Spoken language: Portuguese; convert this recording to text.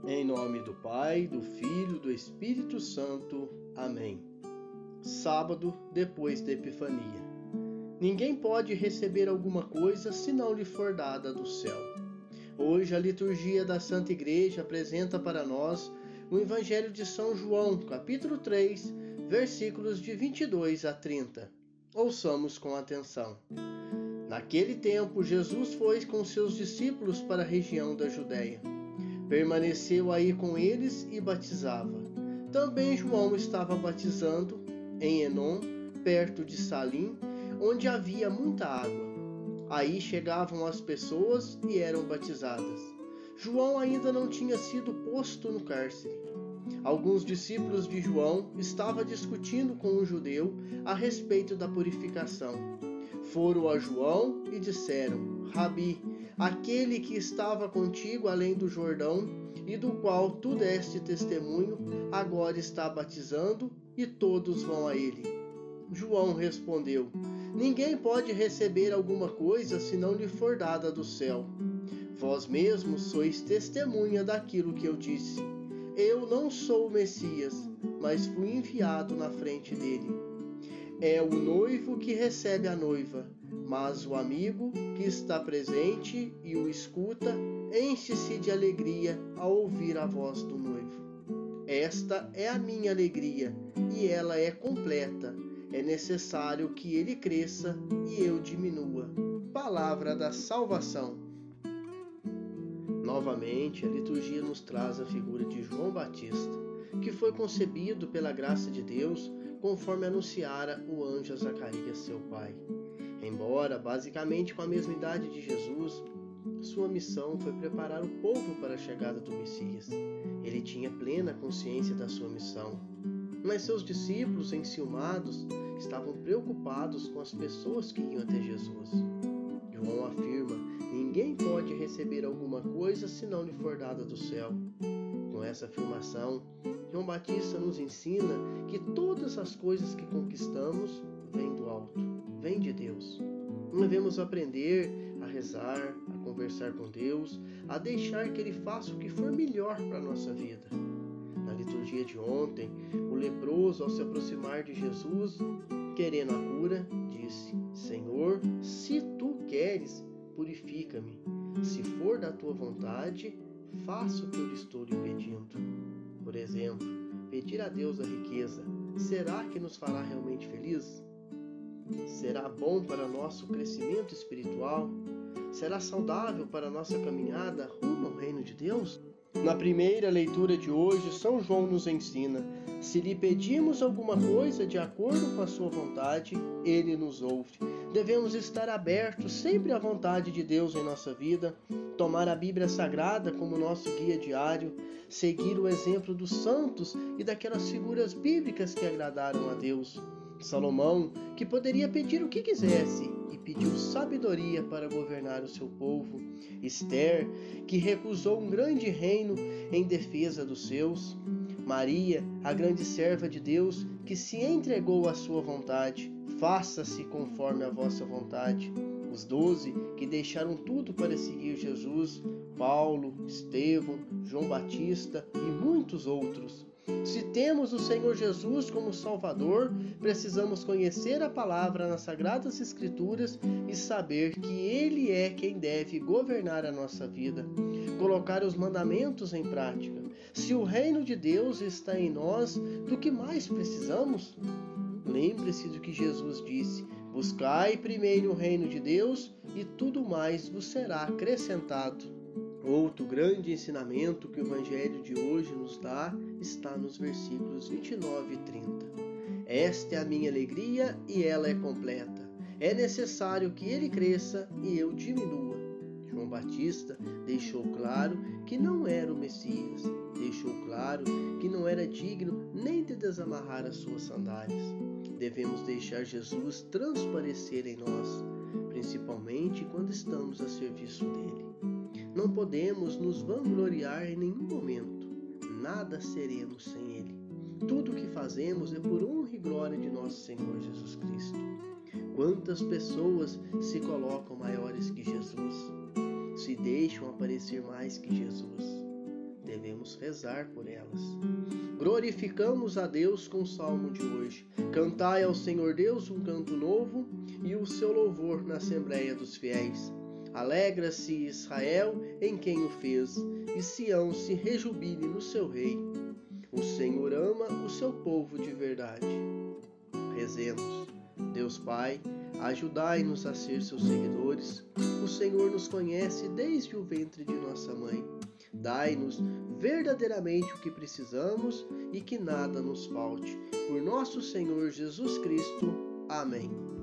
Em nome do Pai, do Filho, do Espírito Santo. Amém. Sábado depois da Epifania. Ninguém pode receber alguma coisa se não lhe for dada do céu. Hoje a liturgia da Santa Igreja apresenta para nós o Evangelho de São João, capítulo 3, versículos de 22 a 30. Ouçamos com atenção. Naquele tempo, Jesus foi com seus discípulos para a região da Judéia. Permaneceu aí com eles e batizava. Também João estava batizando em Enom, perto de Salim, onde havia muita água. Aí chegavam as pessoas e eram batizadas. João ainda não tinha sido posto no cárcere. Alguns discípulos de João estavam discutindo com um judeu a respeito da purificação. Foram a João e disseram: Rabi, aquele que estava contigo além do Jordão e do qual tu deste testemunho, agora está batizando e todos vão a ele. João respondeu: Ninguém pode receber alguma coisa se não lhe for dada do céu. Vós mesmos sois testemunha daquilo que eu disse. Eu não sou o Messias, mas fui enviado na frente dele. É o noivo que recebe a noiva, mas o amigo que está presente e o escuta enche-se de alegria ao ouvir a voz do noivo. Esta é a minha alegria e ela é completa. É necessário que ele cresça e eu diminua. Palavra da salvação. Novamente, a liturgia nos traz a figura de João Batista, que foi concebido pela graça de Deus, conforme anunciara o anjo a Zacarias, seu pai. Embora basicamente com a mesma idade de Jesus, sua missão foi preparar o povo para a chegada do Messias. Ele tinha plena consciência da sua missão. Mas seus discípulos, enciumados, estavam preocupados com as pessoas que iam até Jesus. João afirma: ninguém pode receber alguma coisa se não lhe for dada do céu. Com essa afirmação, João Batista nos ensina que todas as coisas que conquistamos vêm do alto, vêm de Deus. Devemos aprender a rezar, a conversar com Deus, a deixar que Ele faça o que for melhor para a nossa vida. Na liturgia de ontem, o leproso, ao se aproximar de Jesus, querendo a cura, disse: Senhor, se tu queres, purifica-me. Se for da tua vontade, faça o que eu lhe estou lhe pedindo. Por exemplo, pedir a Deus a riqueza, será que nos fará realmente feliz? Será bom para nosso crescimento espiritual? Será saudável para nossa caminhada rumo ao reino de Deus? Na primeira leitura de hoje, São João nos ensina: se lhe pedimos alguma coisa de acordo com a sua vontade, ele nos ouve. Devemos estar abertos sempre à vontade de Deus em nossa vida, tomar a Bíblia Sagrada como nosso guia diário, seguir o exemplo dos santos e daquelas figuras bíblicas que agradaram a Deus. Salomão, que poderia pedir o que quisesse, e pediu sabedoria para governar o seu povo. Esther, que recusou um grande reino em defesa dos seus. Maria, a grande serva de Deus, que se entregou à sua vontade. Faça-se conforme a vossa vontade. Os 12 que deixaram tudo para seguir Jesus. Paulo, Estevão, João Batista e muitos outros. Se temos o Senhor Jesus como Salvador, precisamos conhecer a palavra nas Sagradas Escrituras e saber que Ele é quem deve governar a nossa vida, colocar os mandamentos em prática. Se o reino de Deus está em nós, do que mais precisamos? Lembre-se do que Jesus disse: buscai primeiro o reino de Deus e tudo mais vos será acrescentado. Outro grande ensinamento que o Evangelho de hoje nos dá está nos versículos 29 e 30. Esta é a minha alegria e ela é completa. É necessário que ele cresça e eu diminua. João Batista deixou claro que não era o Messias. Deixou claro que não era digno nem de desamarrar as suas sandálias. Devemos deixar Jesus transparecer em nós, principalmente quando estamos a serviço dele. Não podemos nos vangloriar em nenhum momento. Nada seremos sem Ele. Tudo o que fazemos é por honra e glória de nosso Senhor Jesus Cristo. Quantas pessoas se colocam maiores que Jesus? Se deixam aparecer mais que Jesus? devemos rezar por elas. Glorificamos a Deus com o salmo de hoje. Cantai ao Senhor Deus um canto novo e o seu louvor na Assembleia dos Fiéis. Alegra-se Israel em quem o fez, e Sião se rejubile no seu rei. O Senhor ama o seu povo de verdade. Rezemos. Deus Pai, ajudai-nos a ser seus seguidores. O Senhor nos conhece desde o ventre de nossa mãe. Dai-nos verdadeiramente o que precisamos e que nada nos falte. Por nosso Senhor Jesus Cristo. Amém.